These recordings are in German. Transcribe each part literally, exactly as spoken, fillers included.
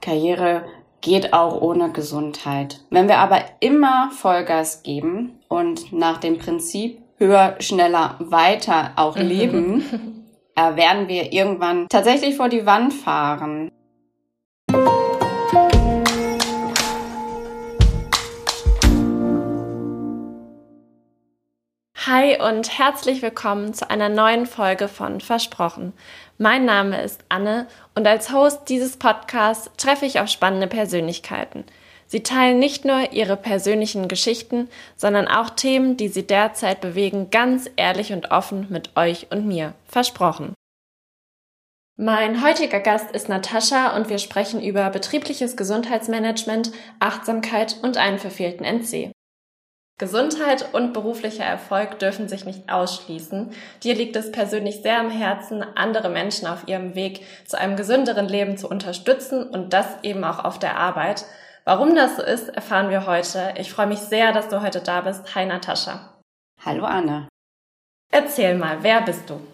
Karriere geht auch ohne Gesundheit. Wenn wir aber immer Vollgas geben und nach dem Prinzip höher, schneller, weiter auch leben, äh, werden wir irgendwann tatsächlich vor die Wand fahren. Hi und herzlich willkommen zu einer neuen Folge von Versprochen. Mein Name ist Anne und als Host dieses Podcasts treffe ich auf spannende Persönlichkeiten. Sie teilen nicht nur ihre persönlichen Geschichten, sondern auch Themen, die sie derzeit bewegen, ganz ehrlich und offen mit euch und mir. Versprochen. Mein heutiger Gast ist Natascha und wir sprechen über betriebliches Gesundheitsmanagement, Achtsamkeit und einen verfehlten N C. Gesundheit und beruflicher Erfolg dürfen sich nicht ausschließen. Dir liegt es persönlich sehr am Herzen, andere Menschen auf ihrem Weg zu einem gesünderen Leben zu unterstützen und das eben auch auf der Arbeit. Warum das so ist, erfahren wir heute. Ich freue mich sehr, dass du heute da bist. Hi Natascha. Hallo Anne. Erzähl mal, wer bist du?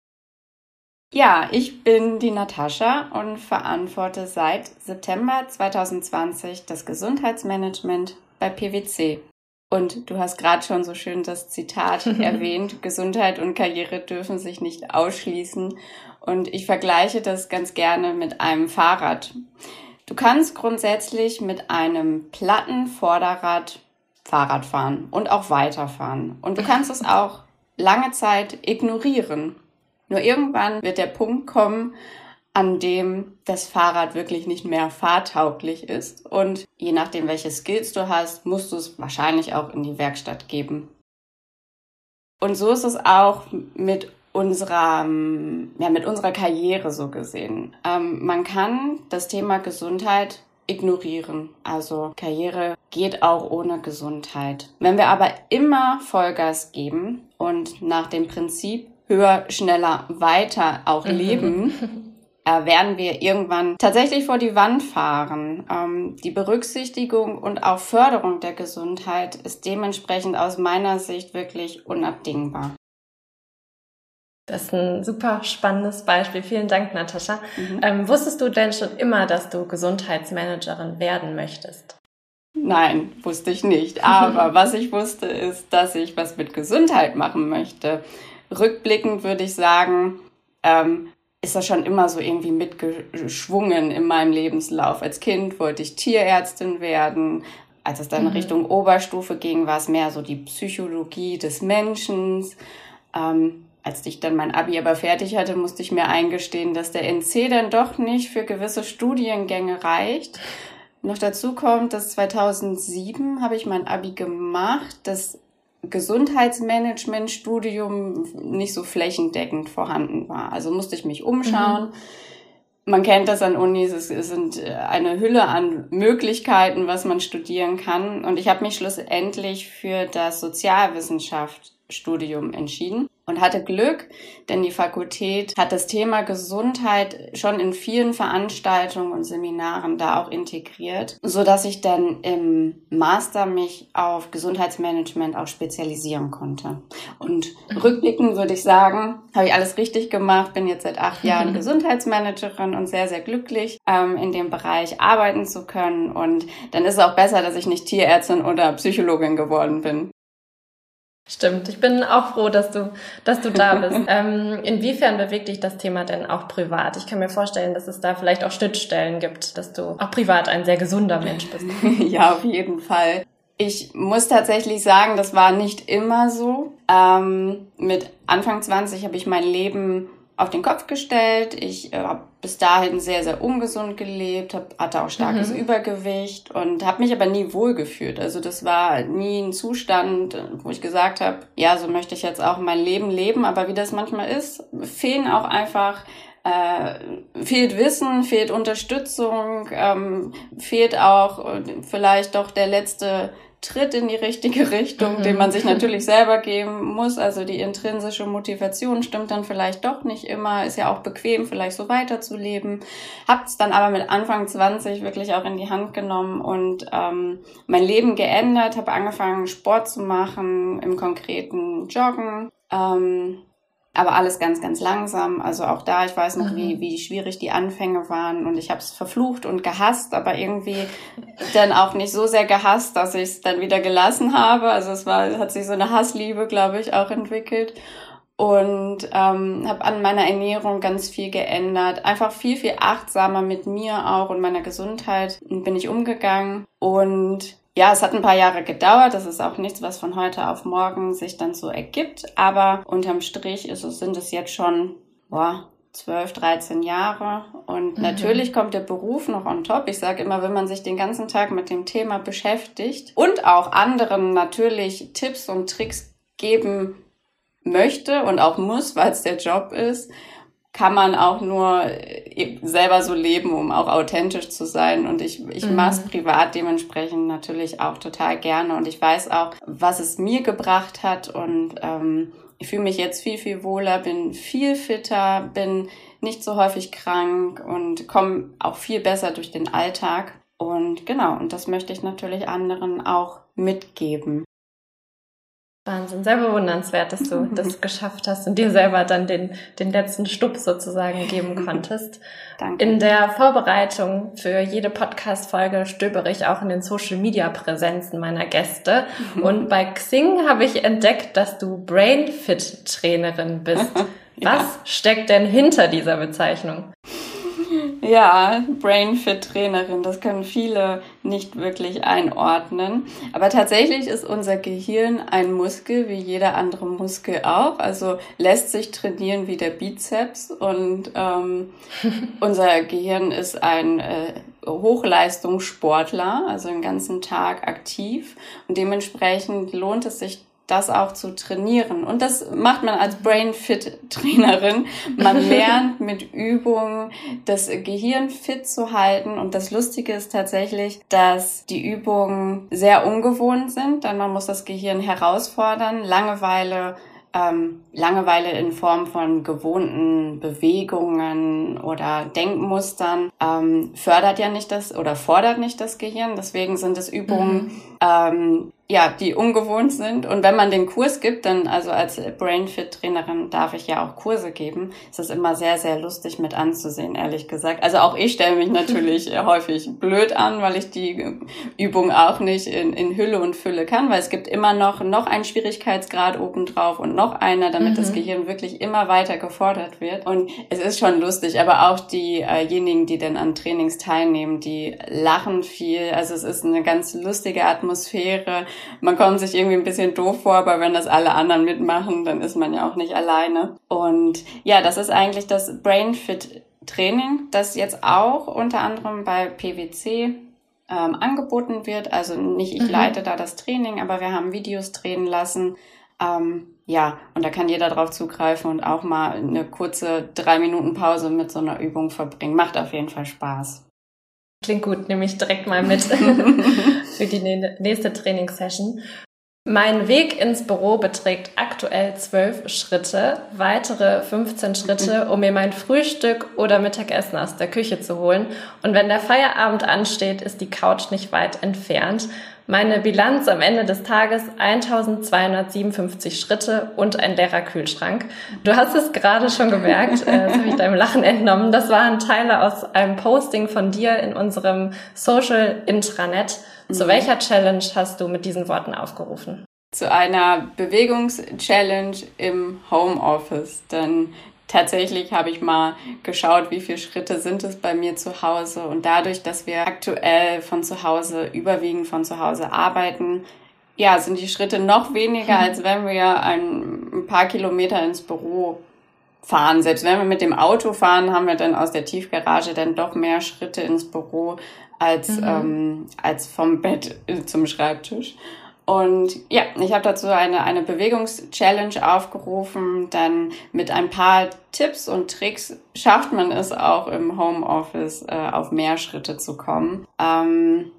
Ja, ich bin die Natascha und verantworte seit September zwanzig zwanzig das Gesundheitsmanagement bei P W C. Und du hast gerade schon so schön das Zitat erwähnt, Gesundheit und Karriere dürfen sich nicht ausschließen. Und ich vergleiche das ganz gerne mit einem Fahrrad. Du kannst grundsätzlich mit einem platten Vorderrad Fahrrad fahren und auch weiterfahren. Und du kannst es auch lange Zeit ignorieren. Nur irgendwann wird der Punkt kommen, an dem das Fahrrad wirklich nicht mehr fahrtauglich ist. Und je nachdem, welche Skills du hast, musst du es wahrscheinlich auch in die Werkstatt geben. Und so ist es auch mit unserer, ja, mit unserer Karriere so gesehen. Ähm, man kann das Thema Gesundheit ignorieren. Also Karriere geht auch ohne Gesundheit. Wenn wir aber immer Vollgas geben und nach dem Prinzip höher, schneller, weiter auch leben, werden wir irgendwann tatsächlich vor die Wand fahren. Ähm, die Berücksichtigung und auch Förderung der Gesundheit ist dementsprechend aus meiner Sicht wirklich unabdingbar. Das ist ein super spannendes Beispiel. Vielen Dank, Natascha. Mhm. Ähm, wusstest du denn schon immer, dass du Gesundheitsmanagerin werden möchtest? Nein, wusste ich nicht. Aber was ich wusste, ist, dass ich was mit Gesundheit machen möchte. Rückblickend würde ich sagen, ähm, ist das schon immer so irgendwie mitgeschwungen in meinem Lebenslauf. Als Kind wollte ich Tierärztin werden. Als es dann mhm. Richtung Oberstufe ging, war es mehr so die Psychologie des Menschen. Ähm, als ich dann mein Abi aber fertig hatte, musste ich mir eingestehen, dass der N C dann doch nicht für gewisse Studiengänge reicht. Noch dazu kommt, dass zweitausendsieben habe ich mein Abi gemacht, das Gesundheitsmanagement-Studium nicht so flächendeckend vorhanden war. Also musste ich mich umschauen. Mhm. Man kennt das an Unis, es sind eine Hülle an Möglichkeiten, was man studieren kann. Und ich habe mich schlussendlich für das Sozialwissenschaftsstudium entschieden und hatte Glück, denn die Fakultät hat das Thema Gesundheit schon in vielen Veranstaltungen und Seminaren da auch integriert, so dass ich dann im Master mich auf Gesundheitsmanagement auch spezialisieren konnte. Und rückblickend würde ich sagen, habe ich alles richtig gemacht, bin jetzt seit acht Jahren Gesundheitsmanagerin und sehr, sehr glücklich, ähm, in dem Bereich arbeiten zu können. Und dann ist es auch besser, dass ich nicht Tierärztin oder Psychologin geworden bin. Stimmt, ich bin auch froh, dass du, dass du da bist. ähm, inwiefern bewegt dich das Thema denn auch privat? Ich kann mir vorstellen, dass es da vielleicht auch Schnittstellen gibt, dass du auch privat ein sehr gesunder Mensch bist. Ja, auf jeden Fall. Ich muss tatsächlich sagen, das war nicht immer so. Ähm, mit Anfang zwanzig habe ich mein Leben auf den Kopf gestellt. Ich äh, habe bis dahin sehr, sehr ungesund gelebt, hab, hatte auch starkes mhm. Übergewicht und habe mich aber nie wohlgefühlt. Also das war nie ein Zustand, wo ich gesagt habe, ja, so möchte ich jetzt auch mein Leben leben. Aber wie das manchmal ist, fehlen auch einfach, äh, fehlt Wissen, fehlt Unterstützung, ähm, fehlt auch äh, vielleicht doch der letzte Tritt in die richtige Richtung, mhm. den man sich natürlich selber geben muss. Also die intrinsische Motivation stimmt dann vielleicht doch nicht immer, ist ja auch bequem, vielleicht so weiterzuleben. Hab's dann aber mit Anfang zwanzig wirklich auch in die Hand genommen und ähm, mein Leben geändert, habe angefangen Sport zu machen, im konkreten Joggen. Ähm, Aber alles ganz, ganz langsam. Also auch da, ich weiß noch, mhm. wie, wie schwierig die Anfänge waren. Und ich habe es verflucht und gehasst, aber irgendwie dann auch nicht so sehr gehasst, dass ich es dann wieder gelassen habe. Also es war, hat sich so eine Hassliebe, glaube ich, auch entwickelt. Und ähm, habe an meiner Ernährung ganz viel geändert. Einfach viel, viel achtsamer mit mir auch und meiner Gesundheit bin ich umgegangen. Und ja, es hat ein paar Jahre gedauert. Das ist auch nichts, was von heute auf morgen sich dann so ergibt. Aber unterm Strich ist es, sind es jetzt schon boah, zwölf, dreizehn Jahre. Und mhm. natürlich kommt der Beruf noch on top. Ich sage immer, wenn man sich den ganzen Tag mit dem Thema beschäftigt und auch anderen natürlich Tipps und Tricks geben möchte und auch muss, weil es der Job ist, kann man auch nur selber so leben, um auch authentisch zu sein. Und ich, ich mhm. mache es privat dementsprechend natürlich auch total gerne. Und ich weiß auch, was es mir gebracht hat. Und ähm, ich fühle mich jetzt viel, viel wohler, bin viel fitter, bin nicht so häufig krank und komme auch viel besser durch den Alltag. Und genau, und das möchte ich natürlich anderen auch mitgeben. Wahnsinn, sehr bewundernswert, dass du das geschafft hast und dir selber dann den, den letzten Stups sozusagen geben konntest. Danke. In der Vorbereitung für jede Podcast-Folge stöbere ich auch in den Social-Media-Präsenzen meiner Gäste. Und bei Xing habe ich entdeckt, dass du Brainfit-Trainerin bist. Ja. Was steckt denn hinter dieser Bezeichnung? Ja, Brainfit-Trainerin, das können viele nicht wirklich einordnen. Aber tatsächlich ist unser Gehirn ein Muskel, wie jeder andere Muskel auch. Also lässt sich trainieren wie der Bizeps. Und ähm, unser Gehirn ist ein äh, Hochleistungssportler, also den ganzen Tag aktiv. Und dementsprechend lohnt es sich, das auch zu trainieren. Und das macht man als Brain-Fit-Trainerin. Man lernt mit Übungen das Gehirn fit zu halten. Und das Lustige ist tatsächlich, dass die Übungen sehr ungewohnt sind, denn man muss das Gehirn herausfordern. Langeweile Ähm, Langeweile in Form von gewohnten Bewegungen oder Denkmustern ähm, fördert ja nicht das oder fordert nicht das Gehirn. Deswegen sind es Übungen, mhm. ähm, ja, die ungewohnt sind. Und wenn man den Kurs gibt, dann, also als Brainfit-Trainerin darf ich ja auch Kurse geben, ist es immer sehr, sehr lustig mit anzusehen, ehrlich gesagt. Also auch ich stelle mich natürlich häufig blöd an, weil ich die Übung auch nicht in, in Hülle und Fülle kann, weil es gibt immer noch, noch einen Schwierigkeitsgrad obendrauf und noch einer, damit mhm. das Gehirn wirklich immer weiter gefordert wird. Und es ist schon lustig, aber auch diejenigen, die dann an Trainings teilnehmen, die lachen viel. Also es ist eine ganz lustige Atmosphäre. Man kommt sich irgendwie ein bisschen doof vor, aber wenn das alle anderen mitmachen, dann ist man ja auch nicht alleine. Und ja, das ist eigentlich das Brainfit-Training, das jetzt auch unter anderem bei P W C ähm, angeboten wird. Also nicht ich mhm. leite da das Training, aber wir haben Videos drehen lassen. Ähm, ja, und da kann jeder drauf zugreifen und auch mal eine kurze drei Minuten Pause mit so einer Übung verbringen. Macht auf jeden Fall Spaß. Klingt gut, nehme ich direkt mal mit für die nächste Trainingssession. Mein Weg ins Büro beträgt aktuell zwölf Schritte, weitere fünfzehn Schritte, um mir mein Frühstück oder Mittagessen aus der Küche zu holen. Und wenn der Feierabend ansteht, ist die Couch nicht weit entfernt. Meine Bilanz am Ende des Tages eintausendzweihundertsiebenundfünfzig Schritte und ein leerer Kühlschrank. Du hast es gerade schon gemerkt, äh, das habe ich deinem Lachen entnommen. Das waren Teile aus einem Posting von dir in unserem Social Intranet. Zu mhm. welcher Challenge hast du mit diesen Worten aufgerufen? Zu einer Bewegungs-Challenge im Homeoffice. Denn tatsächlich habe ich mal geschaut, wie viele Schritte sind es bei mir zu Hause. Und dadurch, dass wir aktuell von zu Hause, überwiegend von zu Hause arbeiten, ja, sind die Schritte noch weniger, als wenn wir ein, ein paar Kilometer ins Büro fahren. Selbst wenn wir mit dem Auto fahren, haben wir dann aus der Tiefgarage dann doch mehr Schritte ins Büro als, mhm. ähm, als vom Bett zum Schreibtisch. Und ja, ich habe dazu eine eine Bewegungs-Challenge aufgerufen. Dann mit ein paar Tipps und Tricks schafft man es auch im Homeoffice, äh, auf mehr Schritte zu kommen. Ähm,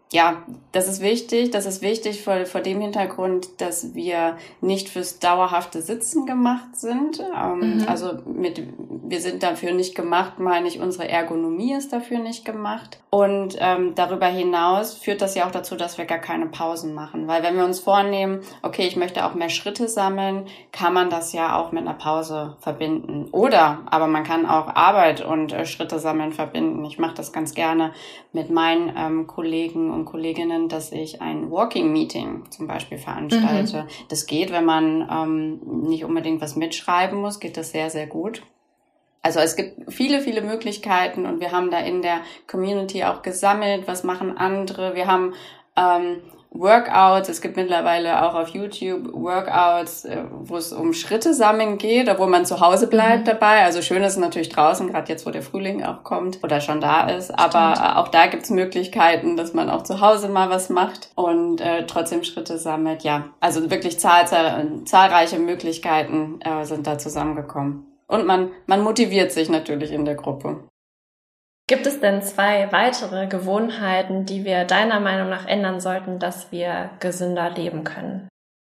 Ja, das ist wichtig. Das ist wichtig vor, vor dem Hintergrund, dass wir nicht fürs dauerhafte Sitzen gemacht sind. Ähm, mhm. Also mit, wir sind dafür nicht gemacht, meine ich, unsere Ergonomie ist dafür nicht gemacht. Und ähm, darüber hinaus führt das ja auch dazu, dass wir gar keine Pausen machen. Weil wenn wir uns vornehmen, okay, ich möchte auch mehr Schritte sammeln, kann man das ja auch mit einer Pause verbinden. Oder, aber man kann auch Arbeit und äh, Schritte sammeln verbinden. Ich mache das ganz gerne mit meinen ähm, Kollegen und Kolleginnen, dass ich ein Walking-Meeting zum Beispiel veranstalte. Mhm. Das geht, wenn man ähm, nicht unbedingt was mitschreiben muss, geht das sehr, sehr gut. Also es gibt viele, viele Möglichkeiten und wir haben da in der Community auch gesammelt, was machen andere. Wir haben ähm, Workouts, es gibt mittlerweile auch auf YouTube Workouts, wo es um Schritte sammeln geht, obwohl man zu Hause bleibt mhm. dabei. Also schön ist es natürlich draußen, gerade jetzt, wo der Frühling auch kommt oder schon da ist. Aber Stimmt. auch da gibt's Möglichkeiten, dass man auch zu Hause mal was macht und äh, trotzdem Schritte sammelt. Ja, also wirklich zahl- zahl- zahlreiche Möglichkeiten äh, sind da zusammengekommen. Und man, man motiviert sich natürlich in der Gruppe. Gibt es denn zwei weitere Gewohnheiten, die wir deiner Meinung nach ändern sollten, dass wir gesünder leben können?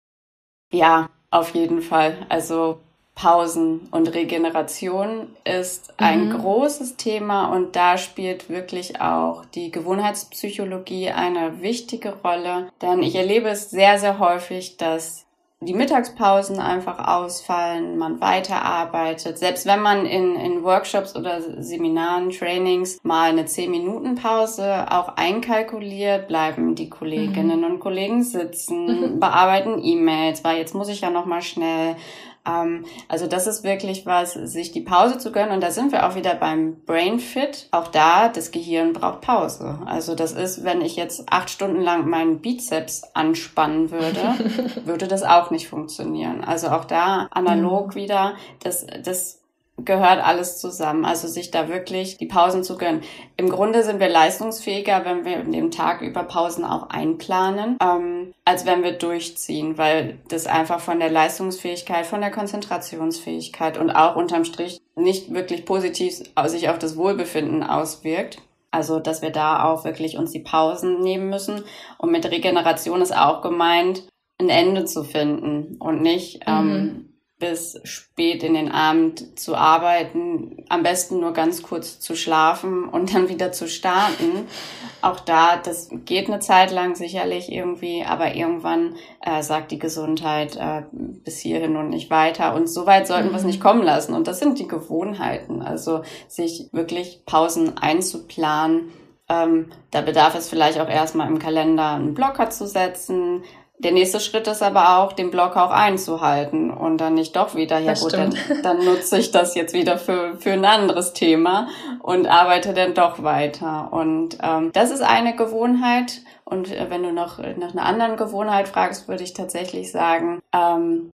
Ja, auf jeden Fall. Also Pausen und Regeneration ist ein mhm. großes Thema und da spielt wirklich auch die Gewohnheitspsychologie eine wichtige Rolle. Denn ich erlebe es sehr, sehr häufig, dass die Mittagspausen einfach ausfallen, man weiterarbeitet. Selbst wenn man in, in Workshops oder Seminaren, Trainings mal eine zehn-Minuten-Pause auch einkalkuliert, bleiben die Kolleginnen mhm. und Kollegen sitzen, mhm. bearbeiten E-Mails, weil jetzt muss ich ja noch mal schnell. Ähm, also das ist wirklich was, sich die Pause zu gönnen. Und da sind wir auch wieder beim Brain Fit. Auch da, das Gehirn braucht Pause. Also das ist, wenn ich jetzt acht Stunden lang meinen Bizeps anspannen würde, würde das auch nicht funktionieren. Also auch da analog mhm. wieder, das, das gehört alles zusammen. Also sich da wirklich die Pausen zu gönnen. Im Grunde sind wir leistungsfähiger, wenn wir in dem Tag über Pausen auch einplanen, ähm, als wenn wir durchziehen, weil das einfach von der Leistungsfähigkeit, von der Konzentrationsfähigkeit und auch unterm Strich nicht wirklich positiv sich auf das Wohlbefinden auswirkt. Also, dass wir da auch wirklich uns die Pausen nehmen müssen. Und mit Regeneration ist auch gemeint, ein Ende zu finden und nicht mhm. ähm, bis spät in den Abend zu arbeiten, am besten nur ganz kurz zu schlafen und dann wieder zu starten. Auch da, das geht eine Zeit lang sicherlich irgendwie, aber irgendwann äh, sagt die Gesundheit äh, bis hierhin und nicht weiter. Und so weit sollten mhm. wir es nicht kommen lassen. Und das sind die Gewohnheiten, also sich wirklich Pausen einzuplanen. Ähm, da bedarf es vielleicht auch erstmal im Kalender einen Blocker zu setzen. Der nächste Schritt ist aber auch, den Block auch einzuhalten und dann nicht doch wieder, ja gut, dann, dann nutze ich das jetzt wieder für für ein anderes Thema und arbeite dann doch weiter. Und ähm, das ist eine Gewohnheit. Und äh, wenn du noch nach einer anderen Gewohnheit fragst, würde ich tatsächlich sagen, ähm,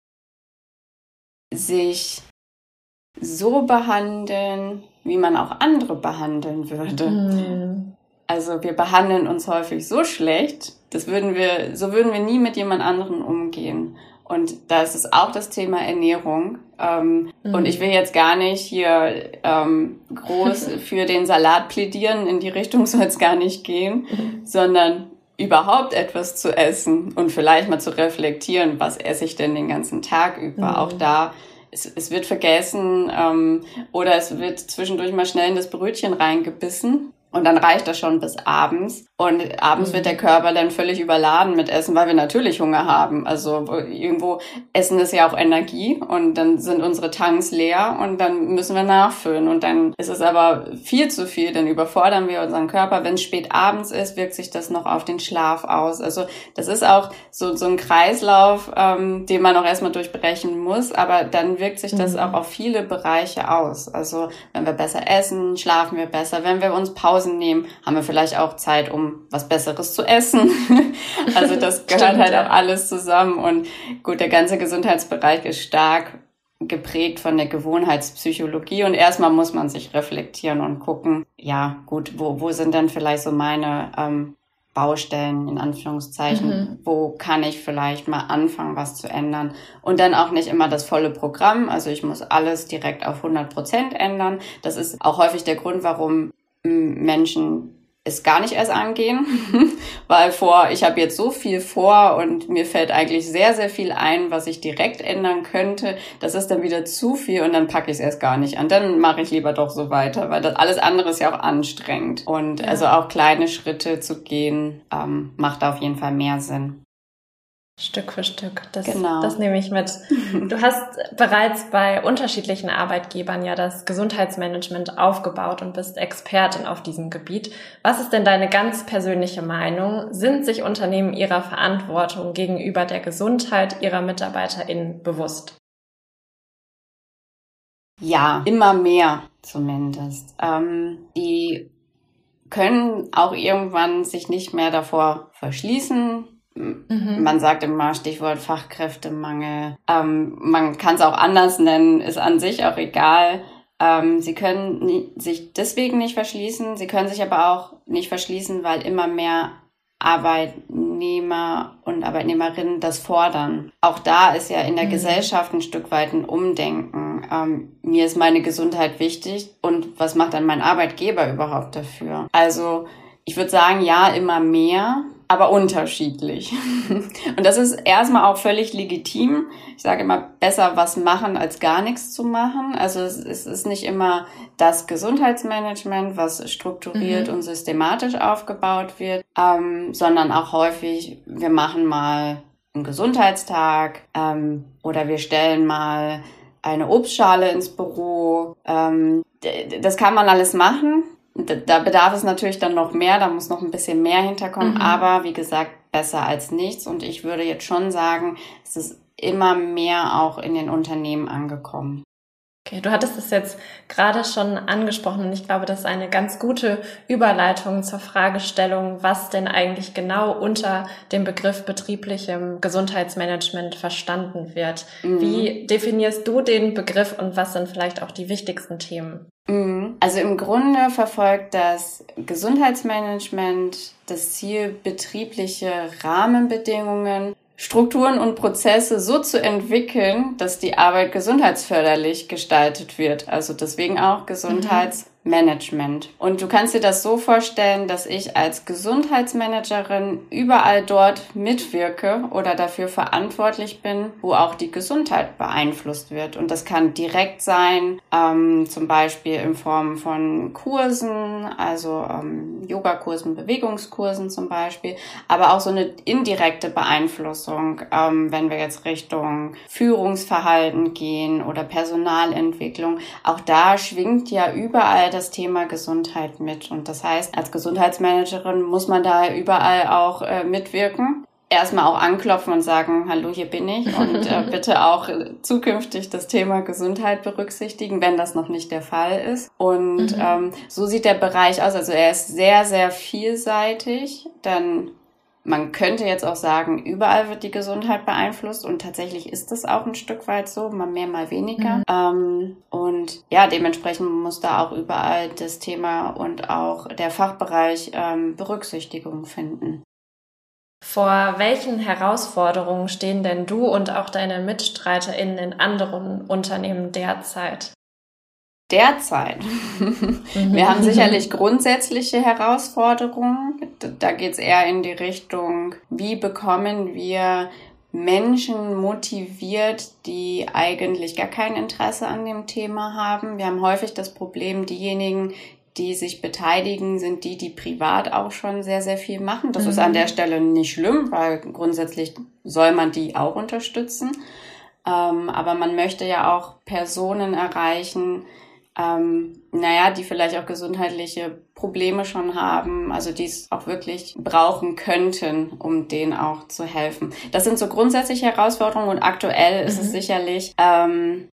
sich so behandeln, wie man auch andere behandeln würde. Mhm. Also wir behandeln uns häufig so schlecht, das würden wir, so würden wir nie mit jemand anderem umgehen. Und da ist es auch das Thema Ernährung. Ähm, mhm. Und ich will jetzt gar nicht hier ähm, groß für den Salat plädieren, in die Richtung soll es gar nicht gehen, mhm. sondern überhaupt etwas zu essen und vielleicht mal zu reflektieren, was esse ich denn den ganzen Tag über. Mhm. Auch da, es, es wird vergessen ähm, oder es wird zwischendurch mal schnell in das Brötchen reingebissen. Und dann reicht das schon bis abends. Und abends mhm. wird der Körper dann völlig überladen mit Essen, weil wir natürlich Hunger haben. Also irgendwo, Essen ist ja auch Energie und dann sind unsere Tanks leer und dann müssen wir nachfüllen. Und dann ist es aber viel zu viel, dann überfordern wir unseren Körper. Wenn es spät abends ist, wirkt sich das noch auf den Schlaf aus. Also das ist auch so, so ein Kreislauf, ähm, den man auch erstmal durchbrechen muss. Aber dann wirkt sich das mhm. auch auf viele Bereiche aus. Also wenn wir besser essen, schlafen wir besser. Wenn wir uns Pausen nehmen, haben wir vielleicht auch Zeit, um was Besseres zu essen. Also das gehört Stimmt, halt ja. auch alles zusammen. Und gut, der ganze Gesundheitsbereich ist stark geprägt von der Gewohnheitspsychologie. Und erstmal muss man sich reflektieren und gucken, ja gut, wo, wo sind denn vielleicht so meine ähm, Baustellen, in Anführungszeichen, mhm. wo kann ich vielleicht mal anfangen, was zu ändern. Und dann auch nicht immer das volle Programm. Also ich muss alles direkt auf hundert Prozent ändern. Das ist auch häufig der Grund, warum Menschen es gar nicht erst angehen, weil vor, ich habe jetzt so viel vor und mir fällt eigentlich sehr, sehr viel ein, was ich direkt ändern könnte. Das ist dann wieder zu viel und dann packe ich es erst gar nicht an. Dann mache ich lieber doch so weiter, weil das alles andere ist ja auch anstrengend. Und ja. also auch kleine Schritte zu gehen, ähm, macht auf jeden Fall mehr Sinn. Stück für Stück. Das, genau. das nehme ich mit. Du hast bereits bei unterschiedlichen Arbeitgebern ja das Gesundheitsmanagement aufgebaut und bist Expertin auf diesem Gebiet. Was ist denn deine ganz persönliche Meinung? Sind sich Unternehmen ihrer Verantwortung gegenüber der Gesundheit ihrer MitarbeiterInnen bewusst? Ja, immer mehr zumindest. Ähm, die können auch irgendwann sich nicht mehr davor verschließen. Mhm. Man sagt immer Stichwort Fachkräftemangel. Ähm, man kann es auch anders nennen, ist an sich auch egal. Ähm, sie können nie, sich deswegen nicht verschließen. Sie können sich aber auch nicht verschließen, weil immer mehr Arbeitnehmer und Arbeitnehmerinnen das fordern. Auch da ist ja in der mhm. Gesellschaft ein Stück weit ein Umdenken. Ähm, mir ist meine Gesundheit wichtig und was macht dann mein Arbeitgeber überhaupt dafür? Also ich würde sagen, ja, immer mehr, aber unterschiedlich. Und das ist erstmal auch völlig legitim. Ich sage immer, besser was machen, als gar nichts zu machen. Also es, es ist nicht immer das Gesundheitsmanagement, was strukturiert mhm. und systematisch aufgebaut wird, ähm, sondern auch häufig, wir machen mal einen Gesundheitstag ähm, oder wir stellen mal eine Obstschale ins Büro. Ähm, das kann man alles machen. Da bedarf es natürlich dann noch mehr, da muss noch ein bisschen mehr hinterkommen, mhm. aber wie gesagt, besser als nichts. Und ich würde jetzt schon sagen, es ist immer mehr auch in den Unternehmen angekommen. Okay, du hattest es jetzt gerade schon angesprochen und ich glaube, das ist eine ganz gute Überleitung zur Fragestellung, was denn eigentlich genau unter dem Begriff betrieblichem Gesundheitsmanagement verstanden wird. Mhm. Wie definierst du den Begriff und was sind vielleicht auch die wichtigsten Themen? Also im Grunde verfolgt das Gesundheitsmanagement das Ziel, betriebliche Rahmenbedingungen, Strukturen und Prozesse so zu entwickeln, dass die Arbeit gesundheitsförderlich gestaltet wird. Also deswegen auch Gesundheitsmanagement. Mhm. Und du kannst dir das so vorstellen, dass ich als Gesundheitsmanagerin überall dort mitwirke oder dafür verantwortlich bin, wo auch die Gesundheit beeinflusst wird. Und das kann direkt sein, ähm, zum Beispiel in Form von Kursen, also ähm, Yogakursen, Bewegungskursen zum Beispiel, aber auch so eine indirekte Beeinflussung. Ähm, wenn wir jetzt Richtung Führungsverhalten gehen oder Personalentwicklung, auch da schwingt ja überall das Thema Gesundheit mit. Und das heißt, als Gesundheitsmanagerin muss man da überall auch äh, mitwirken. Erstmal auch anklopfen und sagen, hallo, hier bin ich und äh, bitte auch zukünftig das Thema Gesundheit berücksichtigen, wenn das noch nicht der Fall ist. Und mhm. ähm, so sieht der Bereich aus. Also er ist sehr, sehr vielseitig. Dann Man könnte jetzt auch sagen, überall wird die Gesundheit beeinflusst und tatsächlich ist das auch ein Stück weit so, mal mehr, mal weniger. Mhm. Ähm, und ja, dementsprechend muss da auch überall das Thema und auch der Fachbereich ähm, Berücksichtigung finden. Vor welchen Herausforderungen stehen denn du und auch deine MitstreiterInnen in anderen Unternehmen derzeit? Derzeit. Wir haben sicherlich grundsätzliche Herausforderungen. Da geht es eher in die Richtung, wie bekommen wir Menschen motiviert, die eigentlich gar kein Interesse an dem Thema haben. Wir haben häufig das Problem, diejenigen, die sich beteiligen, sind die, die privat auch schon sehr, sehr viel machen. Das mhm. ist an der Stelle nicht schlimm, weil grundsätzlich soll man die auch unterstützen. Ähm, aber man möchte ja auch Personen erreichen, Ähm, naja, die vielleicht auch gesundheitliche Probleme schon haben, also die es auch wirklich brauchen könnten, um denen auch zu helfen. Das sind so grundsätzliche Herausforderungen und aktuell mhm. ist es sicherlich, ähm,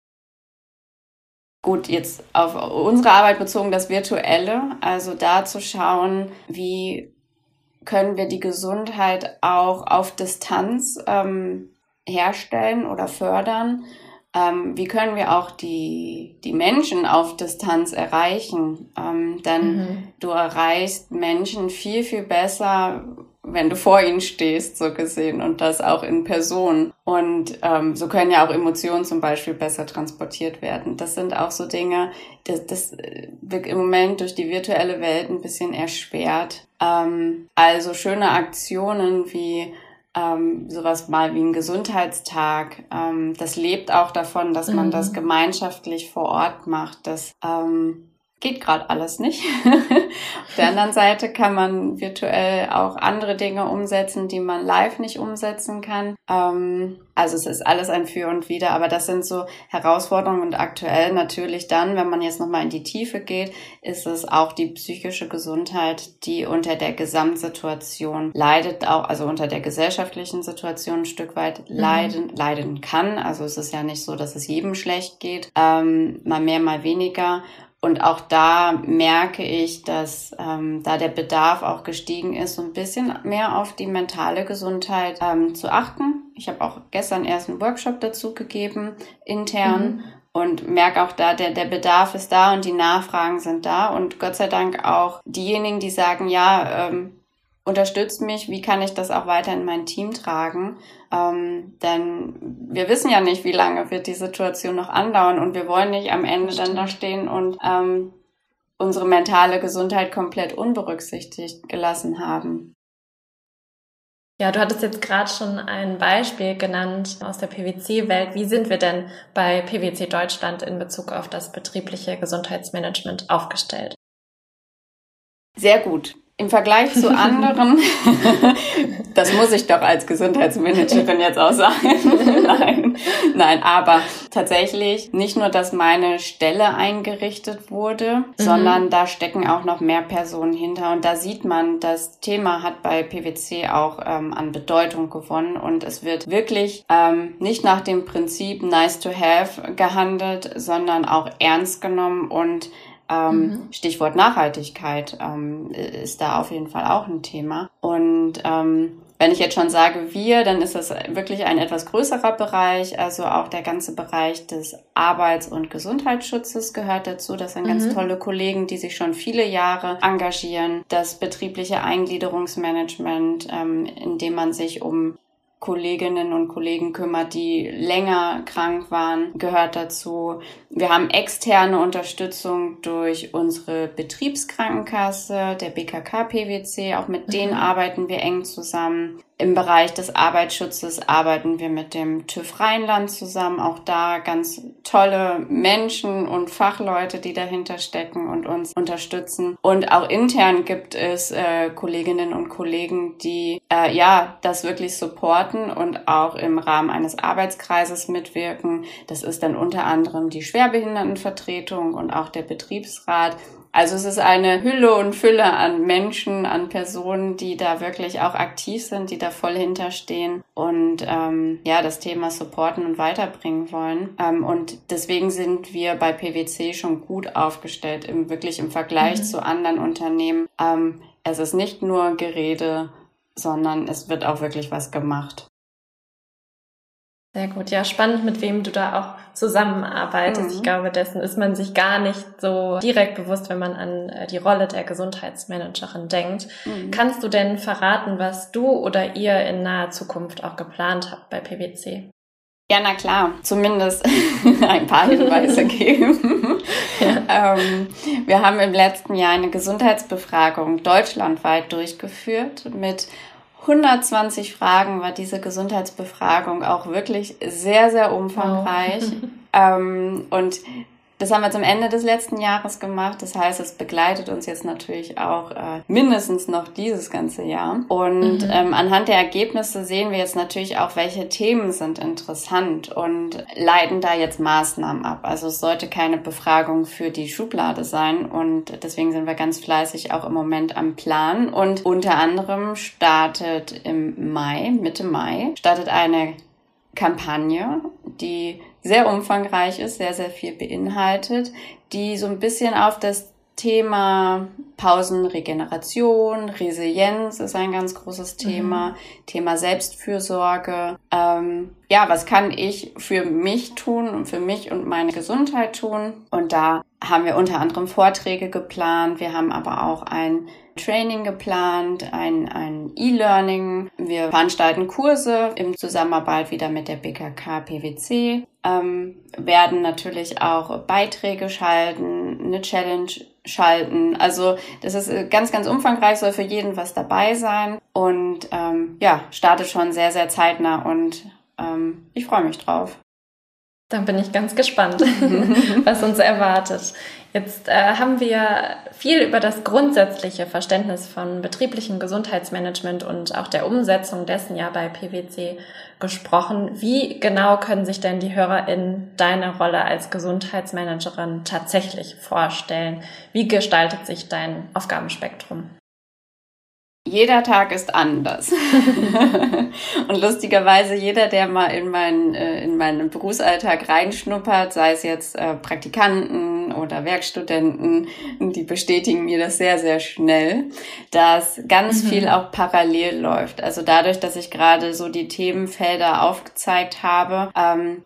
gut, jetzt auf unsere Arbeit bezogen, das Virtuelle, also da zu schauen, wie können wir die Gesundheit auch auf Distanz ähm, herstellen oder fördern. Ähm, wie können wir auch die, die Menschen auf Distanz erreichen? Ähm, denn mhm. du erreichst Menschen viel, viel besser, wenn du vor ihnen stehst, so gesehen, und das auch in Person. Und ähm, so können ja auch Emotionen zum Beispiel besser transportiert werden. Das sind auch so Dinge, das, das wird im Moment durch die virtuelle Welt ein bisschen erschwert. Ähm, also schöne Aktionen wie ähm, sowas mal wie ein Gesundheitstag. Ähm, das lebt auch davon, dass man mhm. das gemeinschaftlich vor Ort macht. Das ähm, geht gerade alles nicht. Auf der anderen Seite kann man virtuell auch andere Dinge umsetzen, die man live nicht umsetzen kann. Ähm, also es ist alles ein Für und Wider, aber das sind so Herausforderungen und aktuell natürlich dann, wenn man jetzt nochmal in die Tiefe geht, ist es auch die psychische Gesundheit, die unter der Gesamtsituation leidet, auch also unter der gesellschaftlichen Situation ein Stück weit leiden, mhm. leiden kann. Also es ist ja nicht so, dass es jedem schlecht geht, ähm, mal mehr, mal weniger. Und auch da merke ich, dass ähm, da der Bedarf auch gestiegen ist, so ein bisschen mehr auf die mentale Gesundheit ähm, zu achten. Ich habe auch gestern erst einen Workshop dazu gegeben, intern, mhm. und merke auch da, der, der Bedarf ist da und die Nachfragen sind da. Und Gott sei Dank auch diejenigen, die sagen, ja, ähm, unterstützt mich, wie kann ich das auch weiter in mein Team tragen? Ähm, denn wir wissen ja nicht, wie lange wird die Situation noch andauern und wir wollen nicht am Ende dann da stehen und ähm, unsere mentale Gesundheit komplett unberücksichtigt gelassen haben. Ja, du hattest jetzt gerade schon ein Beispiel genannt aus der P W C-Welt. Wie sind wir denn bei P W C Deutschland in Bezug auf das betriebliche Gesundheitsmanagement aufgestellt? Sehr gut. Im Vergleich zu anderen, das muss ich doch als Gesundheitsmanagerin jetzt auch sagen, nein, nein, aber tatsächlich nicht nur, dass meine Stelle eingerichtet wurde, mhm. sondern da stecken auch noch mehr Personen hinter und da sieht man, das Thema hat bei P W C auch ähm, an Bedeutung gewonnen und es wird wirklich ähm, nicht nach dem Prinzip nice to have gehandelt, sondern auch ernst genommen und Ähm, mhm. Stichwort Nachhaltigkeit ähm, ist da auf jeden Fall auch ein Thema. Und ähm, wenn ich jetzt schon sage wir, dann ist das wirklich ein etwas größerer Bereich. Also auch der ganze Bereich des Arbeits- und Gesundheitsschutzes gehört dazu. Das sind mhm. ganz tolle Kollegen, die sich schon viele Jahre engagieren. Das betriebliche Eingliederungsmanagement, ähm, in dem man sich um Kolleginnen und Kollegen kümmert, die länger krank waren, gehört dazu. Wir haben externe Unterstützung durch unsere Betriebskrankenkasse, der B K K P W C. Auch mit mhm. denen arbeiten wir eng zusammen. Im Bereich des Arbeitsschutzes arbeiten wir mit dem TÜV Rheinland zusammen. Auch da ganz tolle Menschen und Fachleute, die dahinter stecken und uns unterstützen. Und auch intern gibt es äh, Kolleginnen und Kollegen, die äh, ja das wirklich supporten und auch im Rahmen eines Arbeitskreises mitwirken. Das ist dann unter anderem die Schwerbehindertenvertretung und auch der Betriebsrat. Also es ist eine Hülle und Fülle an Menschen, an Personen, die da wirklich auch aktiv sind, die da voll hinterstehen und ähm, ja das Thema supporten und weiterbringen wollen. Ähm, und deswegen sind wir bei P W C schon gut aufgestellt, im, wirklich im Vergleich mhm. zu anderen Unternehmen. Ähm, es ist nicht nur Gerede, sondern es wird auch wirklich was gemacht. Sehr gut, ja, spannend, mit wem du da auch zusammenarbeitest. Mhm. Ich glaube, dessen ist man sich gar nicht so direkt bewusst, wenn man an die Rolle der Gesundheitsmanagerin denkt. Mhm. Kannst du denn verraten, was du oder ihr in naher Zukunft auch geplant habt bei P W C? Ja, na klar, zumindest ein paar Hinweise geben. Ja. Ähm, wir haben im letzten Jahr eine Gesundheitsbefragung deutschlandweit durchgeführt. Mit hundertzwanzig Fragen war diese Gesundheitsbefragung auch wirklich sehr, sehr umfangreich. Wow. ähm, und das haben wir zum Ende des letzten Jahres gemacht. Das heißt, es begleitet uns jetzt natürlich auch äh, mindestens noch dieses ganze Jahr. Und mhm. ähm, anhand der Ergebnisse sehen wir jetzt natürlich auch, welche Themen sind interessant und leiten da jetzt Maßnahmen ab. Also es sollte keine Befragung für die Schublade sein. Und deswegen sind wir ganz fleißig auch im Moment am Plan. Und unter anderem startet im Mai, Mitte Mai, startet eine Kampagne, die sehr umfangreich ist, sehr, sehr viel beinhaltet, die so ein bisschen auf das Thema Pausen, Regeneration, Resilienz ist ein ganz großes Thema, mhm. Thema Selbstfürsorge. Ähm, ja, was kann ich für mich tun und für mich und meine Gesundheit tun? Und da haben wir unter anderem Vorträge geplant. Wir haben aber auch ein Training geplant, ein, ein E-Learning. Wir veranstalten Kurse in Zusammenarbeit wieder mit der B K K P W C, ähm, werden natürlich auch Beiträge schalten, eine Challenge schalten. Also das ist ganz, ganz umfangreich, soll für jeden was dabei sein und ähm, ja, startet schon sehr, sehr zeitnah und ähm, ich freue mich drauf. Dann bin ich ganz gespannt, was uns erwartet. Jetzt äh, haben wir viel über das grundsätzliche Verständnis von betrieblichem Gesundheitsmanagement und auch der Umsetzung dessen ja bei P W C gesprochen. Wie genau können sich denn die HörerInnen deine Rolle als Gesundheitsmanagerin tatsächlich vorstellen? Wie gestaltet sich dein Aufgabenspektrum? Jeder Tag ist anders. Und lustigerweise jeder, der mal in meinen, äh, in meinen Berufsalltag reinschnuppert, sei es jetzt äh, Praktikanten oder Werkstudenten, die bestätigen mir das sehr, sehr schnell, dass ganz mhm. viel auch parallel läuft. Also dadurch, dass ich gerade so die Themenfelder aufgezeigt habe, ähm,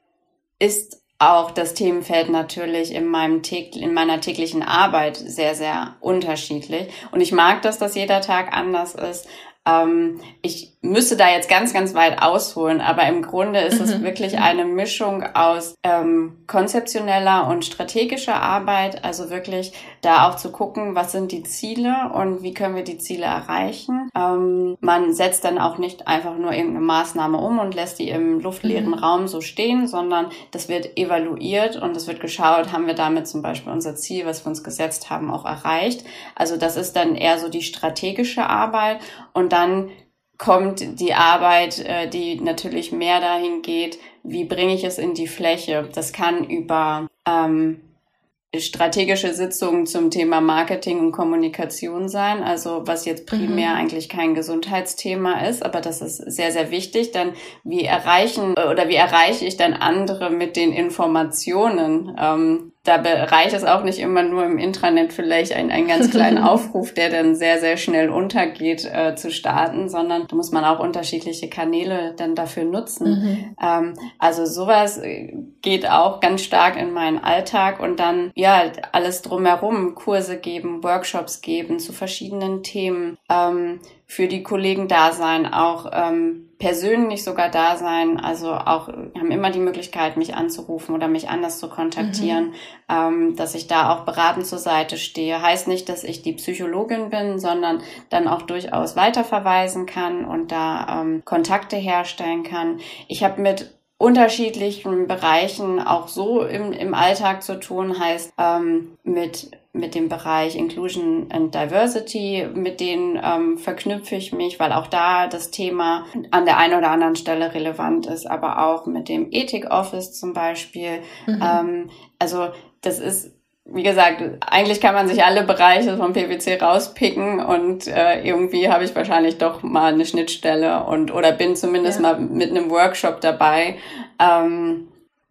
ist auch das Themenfeld natürlich in meinem täglich, in meiner täglichen Arbeit sehr, sehr unterschiedlich. Und ich mag das, dass jeder Tag anders ist. Ähm, ich müsste da jetzt ganz, ganz weit ausholen, aber im Grunde ist mhm. es wirklich eine Mischung aus ähm, konzeptioneller und strategischer Arbeit, also wirklich da auch zu gucken, was sind die Ziele und wie können wir die Ziele erreichen. Ähm, man setzt dann auch nicht einfach nur irgendeine Maßnahme um und lässt die im luftleeren mhm. Raum so stehen, sondern das wird evaluiert und es wird geschaut, haben wir damit zum Beispiel unser Ziel, was wir uns gesetzt haben, auch erreicht. Also das ist dann eher so die strategische Arbeit und dann kommt die Arbeit, die natürlich mehr dahin geht, wie bringe ich es in die Fläche. Das kann über ähm, strategische Sitzungen zum Thema Marketing und Kommunikation sein, also was jetzt primär mhm. eigentlich kein Gesundheitsthema ist, aber das ist sehr, sehr wichtig, denn wie erreichen oder wie erreiche ich dann andere mit den Informationen? Ähm, Da reicht es auch nicht immer nur im Intranet vielleicht einen, einen ganz kleinen Aufruf, der dann sehr, sehr schnell untergeht, äh, zu starten, sondern da muss man auch unterschiedliche Kanäle dann dafür nutzen. Mhm. Ähm, also sowas geht auch ganz stark in meinen Alltag und dann, ja, alles drumherum, Kurse geben, Workshops geben zu verschiedenen Themen, ähm, für die Kollegen da sein, auch ähm, persönlich sogar da sein, also auch haben immer die Möglichkeit, mich anzurufen oder mich anders zu kontaktieren, mhm. ähm, dass ich da auch beratend zur Seite stehe. Heißt nicht, dass ich die Psychologin bin, sondern dann auch durchaus weiterverweisen kann und da ähm, Kontakte herstellen kann. Ich habe mit unterschiedlichen Bereichen auch so im, im Alltag zu tun, heißt ähm, mit mit dem Bereich Inclusion and Diversity, mit denen ähm, verknüpfe ich mich, weil auch da das Thema an der einen oder anderen Stelle relevant ist, aber auch mit dem Ethik Office zum Beispiel. Mhm. Ähm, also das ist, wie gesagt, eigentlich kann man sich alle Bereiche vom P W C rauspicken und äh, irgendwie habe ich wahrscheinlich doch mal eine Schnittstelle und oder bin zumindest ja. mal mit einem Workshop dabei. Ähm,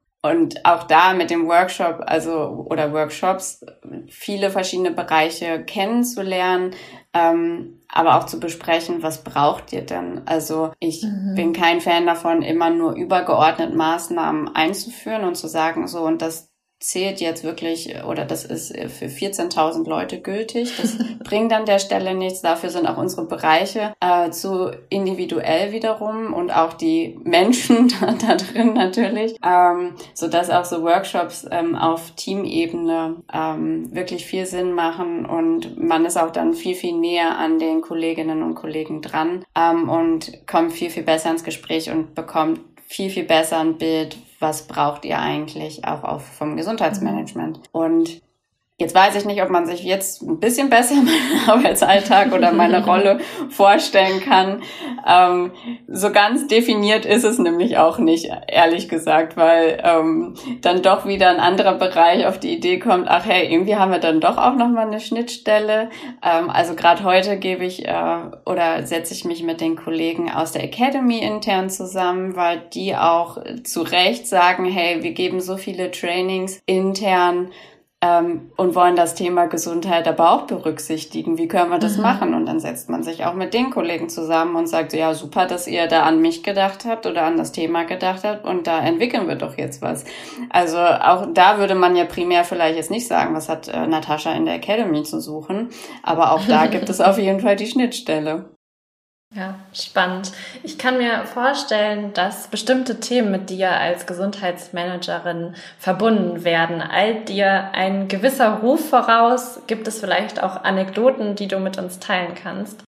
Und auch da mit dem Workshop, also oder Workshops, viele verschiedene Bereiche kennenzulernen, ähm, aber auch zu besprechen, was braucht ihr denn? Also ich mhm. bin kein Fan davon, immer nur übergeordnet Maßnahmen einzuführen und zu sagen, so und das zählt jetzt wirklich oder das ist für vierzehntausend Leute gültig. Das bringt an der Stelle nichts. Dafür sind auch unsere Bereiche äh, zu individuell wiederum und auch die Menschen da, da drin natürlich, ähm, sodass auch so Workshops ähm, auf Teamebene ähm, wirklich viel Sinn machen und man ist auch dann viel, viel näher an den Kolleginnen und Kollegen dran ähm, und kommt viel, viel besser ins Gespräch und bekommt viel, viel besser ein Bild, was braucht ihr eigentlich auch auf, vom Gesundheitsmanagement. Mhm. Und jetzt weiß ich nicht, ob man sich jetzt ein bisschen besser meinen Arbeitsalltag oder meine Rolle vorstellen kann. Ähm, so ganz definiert ist es nämlich auch nicht, ehrlich gesagt, weil ähm, dann doch wieder ein anderer Bereich auf die Idee kommt, ach hey, irgendwie haben wir dann doch auch nochmal eine Schnittstelle. Ähm, also gerade heute gebe ich äh, oder setze ich mich mit den Kollegen aus der Academy intern zusammen, weil die auch zu Recht sagen, hey, wir geben so viele Trainings intern, ähm, und wollen das Thema Gesundheit aber auch berücksichtigen. Wie können wir das Mhm. machen? Und dann setzt man sich auch mit den Kollegen zusammen und sagt, ja, super, dass ihr da an mich gedacht habt oder an das Thema gedacht habt und da entwickeln wir doch jetzt was. Also auch da würde man ja primär vielleicht jetzt nicht sagen, was hat äh, Natascha in der Academy zu suchen, aber auch da gibt es auf jeden Fall die Schnittstelle. Ja, spannend. Ich kann mir vorstellen, dass bestimmte Themen mit dir als Gesundheitsmanagerin verbunden werden. Eilt dir ein gewisser Ruf voraus? Gibt es vielleicht auch Anekdoten, die du mit uns teilen kannst?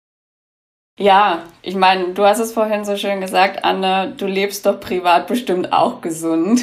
Ja, ich meine, du hast es vorhin so schön gesagt, Anne, du lebst doch privat bestimmt auch gesund.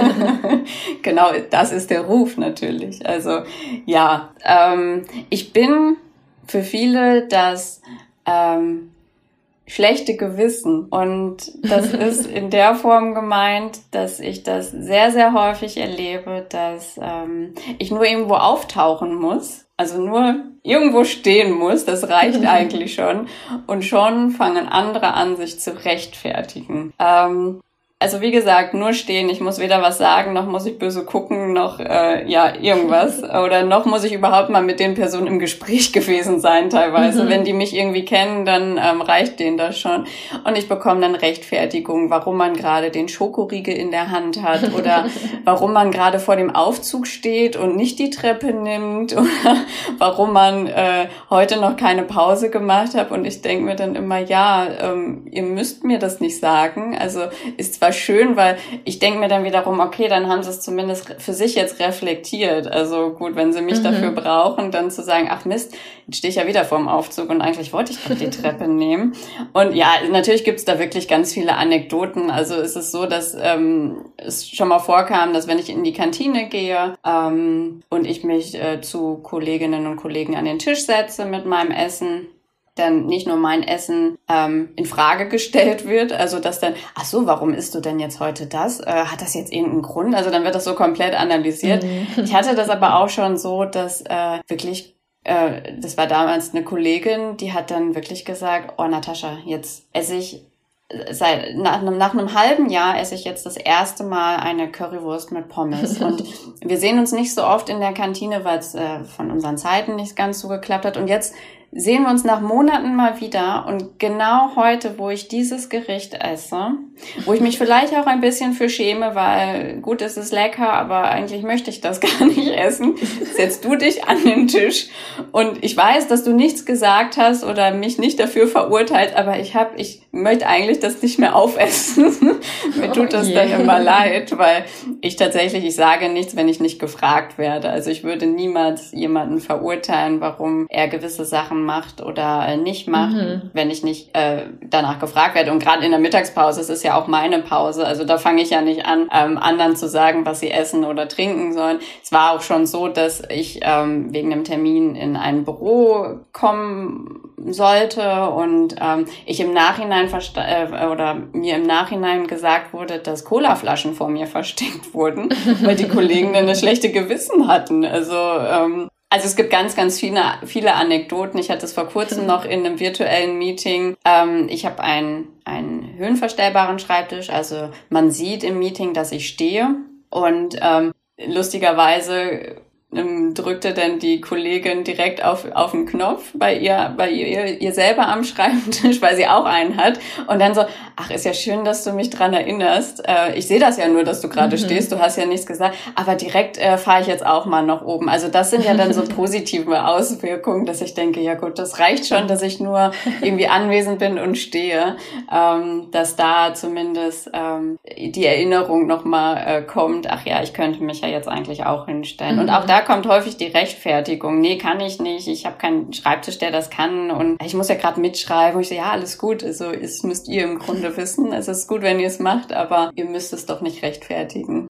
Genau, das ist der Ruf natürlich. Also ja, ähm, ich bin für viele das ähm, schlechte Gewissen. Und das ist in der Form gemeint, dass ich das sehr, sehr häufig erlebe, dass ähm, ich nur irgendwo auftauchen muss, also nur irgendwo stehen muss, das reicht eigentlich schon. Und schon fangen andere an, sich zu rechtfertigen. Ähm, Also wie gesagt, nur stehen, ich muss weder was sagen, noch muss ich böse gucken, noch äh, ja irgendwas. Oder noch muss ich überhaupt mal mit den Personen im Gespräch gewesen sein teilweise. Mhm. Wenn die mich irgendwie kennen, dann ähm, reicht denen das schon. Und ich bekomme dann Rechtfertigungen, warum man gerade den Schokoriegel in der Hand hat oder warum man gerade vor dem Aufzug steht und nicht die Treppe nimmt oder warum man äh, heute noch keine Pause gemacht hat. Und ich denke mir dann immer, ja, ähm, ihr müsst mir das nicht sagen. Also ist zwar schön, weil ich denke mir dann wiederum, okay, dann haben sie es zumindest für sich jetzt reflektiert. Also gut, wenn sie mich mhm. dafür brauchen, dann zu sagen, ach Mist, jetzt stehe ich ja wieder vorm Aufzug und eigentlich wollte ich doch die Treppe nehmen. Und ja, natürlich gibt's da wirklich ganz viele Anekdoten. Also es ist so, dass ähm, es schon mal vorkam, dass wenn ich in die Kantine gehe ähm, und ich mich äh, zu Kolleginnen und Kollegen an den Tisch setze mit meinem Essen, dann nicht nur mein Essen ähm, in Frage gestellt wird, also dass dann, ach so, warum isst du denn jetzt heute das? Äh, hat das jetzt irgendeinen Grund? Also dann wird das so komplett analysiert. Mhm. Ich hatte das aber auch schon so, dass äh, wirklich, äh, das war damals eine Kollegin, die hat dann wirklich gesagt, oh Natascha, jetzt esse ich seit nach einem, nach einem halben Jahr esse ich jetzt das erste Mal eine Currywurst mit Pommes. Und wir sehen uns nicht so oft in der Kantine, weil es äh, von unseren Zeiten nicht ganz so geklappt hat. Und jetzt sehen wir uns nach Monaten mal wieder und genau heute, wo ich dieses Gericht esse, wo ich mich vielleicht auch ein bisschen für schäme, weil gut, es ist lecker, aber eigentlich möchte ich das gar nicht essen, setzt du dich an den Tisch und ich weiß, dass du nichts gesagt hast oder mich nicht dafür verurteilt, aber ich hab, ich möchte eigentlich das nicht mehr aufessen. Mir tut das oh yeah. dann immer leid, weil ich tatsächlich, ich sage nichts, wenn ich nicht gefragt werde. Also ich würde niemals jemanden verurteilen, warum er gewisse Sachen macht oder nicht macht, mhm. wenn ich nicht äh, danach gefragt werde. Und gerade in der Mittagspause, es ist ja auch meine Pause, also da fange ich ja nicht an, ähm, anderen zu sagen, was sie essen oder trinken sollen. Es war auch schon so, dass ich ähm, wegen einem Termin in ein Büro kommen sollte und ähm, ich im Nachhinein versta- äh, oder mir im Nachhinein gesagt wurde, dass Colaflaschen vor mir versteckt wurden, weil die Kollegen dann eine schlechte Gewissen hatten. Also ähm, Also es gibt ganz, ganz viele, viele Anekdoten. Ich hatte es vor kurzem noch in einem virtuellen Meeting. Ähm, ich habe einen, einen höhenverstellbaren Schreibtisch. Also man sieht im Meeting, dass ich stehe. Und ähm, lustigerweise ähm, drückte dann die Kollegin direkt auf auf den Knopf bei ihr, bei ihr, ihr selber am Schreibtisch, weil sie auch einen hat. Und dann so, ach, ist ja schön, dass du mich dran erinnerst. Äh, ich sehe das ja nur, dass du gerade mhm. stehst. Du hast ja nichts gesagt. Aber direkt äh, fahre ich jetzt auch mal nach oben. Also das sind ja dann so positive Auswirkungen, dass ich denke, ja gut, das reicht schon, dass ich nur irgendwie anwesend bin und stehe. Ähm, dass da zumindest ähm, die Erinnerung nochmal äh, kommt, ach ja, ich könnte mich ja jetzt eigentlich auch hinstellen. Mhm. Und auch da kommt häufig die Rechtfertigung. Nee, kann ich nicht. Ich habe keinen Schreibtisch, der das kann. Und ich muss ja gerade mitschreiben. Und ich so, ja, alles gut. Also es müsst ihr im Grunde wissen. Es ist gut, wenn ihr es macht, aber ihr müsst es doch nicht rechtfertigen.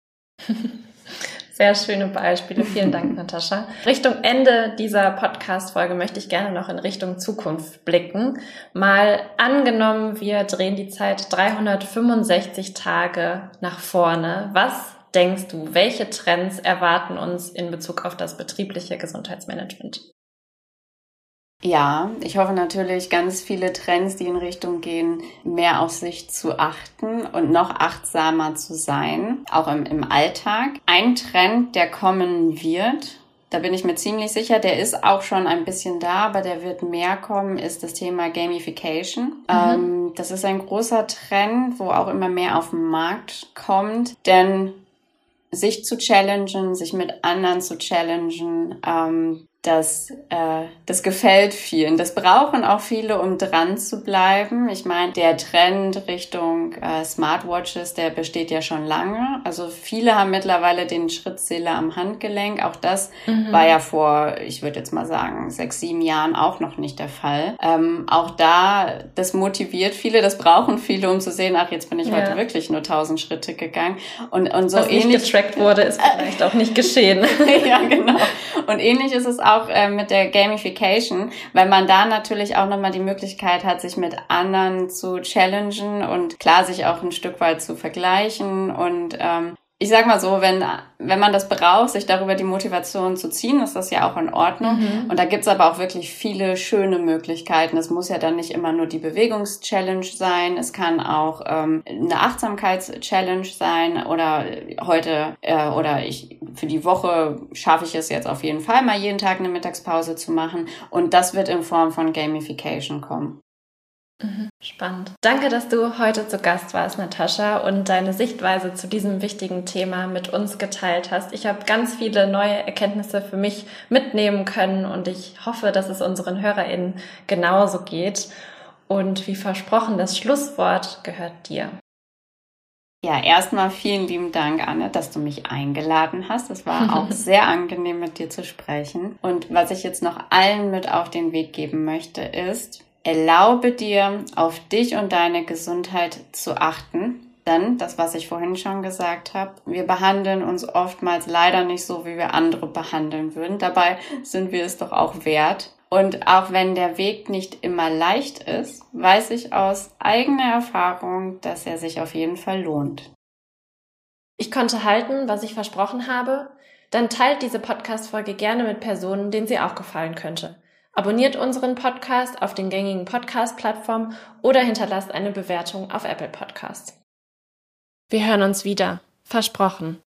Sehr schöne Beispiele. Vielen Dank, Natascha. Richtung Ende dieser Podcast-Folge möchte ich gerne noch in Richtung Zukunft blicken. Mal angenommen, wir drehen die Zeit dreihundertfünfundsechzig Tage nach vorne. Was denkst du, welche Trends erwarten uns in Bezug auf das betriebliche Gesundheitsmanagement? Ja, ich hoffe natürlich ganz viele Trends, die in Richtung gehen, mehr auf sich zu achten und noch achtsamer zu sein, auch im, im Alltag. Ein Trend, der kommen wird, da bin ich mir ziemlich sicher, der ist auch schon ein bisschen da, aber der wird mehr kommen, ist das Thema Gamification. Mhm. Ähm, das ist ein großer Trend, wo auch immer mehr auf den Markt kommt, denn sich zu challengen, sich mit anderen zu challengen, ähm, das, äh, das gefällt vielen. Das brauchen auch viele, um dran zu bleiben. Ich meine, der Trend Richtung äh, Smartwatches, der besteht ja schon lange. Also viele haben mittlerweile den Schrittzähler am Handgelenk. Auch das mhm. war ja vor, ich würde jetzt mal sagen, sechs, sieben Jahren auch noch nicht der Fall. Ähm, auch da, das motiviert viele, das brauchen viele, um zu sehen, ach, jetzt bin ich ja. heute wirklich nur tausend Schritte gegangen. Und, und so Was ähnlich nicht getrackt wurde, ist vielleicht auch nicht geschehen. Ja, genau. Und ähnlich ist es auch äh, mit der Gamification, weil man da natürlich auch nochmal die Möglichkeit hat, sich mit anderen zu challengen und klar, sich auch ein Stück weit zu vergleichen. Und ähm, ich sag mal so, wenn wenn man das braucht, sich darüber die Motivation zu ziehen, ist das ja auch in Ordnung. Mhm. Und da gibt's aber auch wirklich viele schöne Möglichkeiten. Es muss ja dann nicht immer nur die Bewegungs-Challenge sein. Es kann auch ähm, eine Achtsamkeits-Challenge sein oder heute äh, oder ich für die Woche schaffe ich es jetzt auf jeden Fall mal jeden Tag eine Mittagspause zu machen. Und das wird in Form von Gamification kommen. Spannend. Danke, dass du heute zu Gast warst, Natascha, und deine Sichtweise zu diesem wichtigen Thema mit uns geteilt hast. Ich habe ganz viele neue Erkenntnisse für mich mitnehmen können und ich hoffe, dass es unseren HörerInnen genauso geht. Und wie versprochen, das Schlusswort gehört dir. Ja, erstmal vielen lieben Dank, Anne, dass du mich eingeladen hast. Es war auch sehr angenehm, mit dir zu sprechen. Und was ich jetzt noch allen mit auf den Weg geben möchte, ist, erlaube dir, auf dich und deine Gesundheit zu achten. Denn, das, was ich vorhin schon gesagt habe, wir behandeln uns oftmals leider nicht so, wie wir andere behandeln würden. Dabei sind wir es doch auch wert. Und auch wenn der Weg nicht immer leicht ist, weiß ich aus eigener Erfahrung, dass er sich auf jeden Fall lohnt. Ich konnte halten, was ich versprochen habe. Dann teilt diese Podcast-Folge gerne mit Personen, denen sie auch gefallen könnte. Abonniert unseren Podcast auf den gängigen Podcast-Plattformen oder hinterlasst eine Bewertung auf Apple Podcasts. Wir hören uns wieder. Versprochen.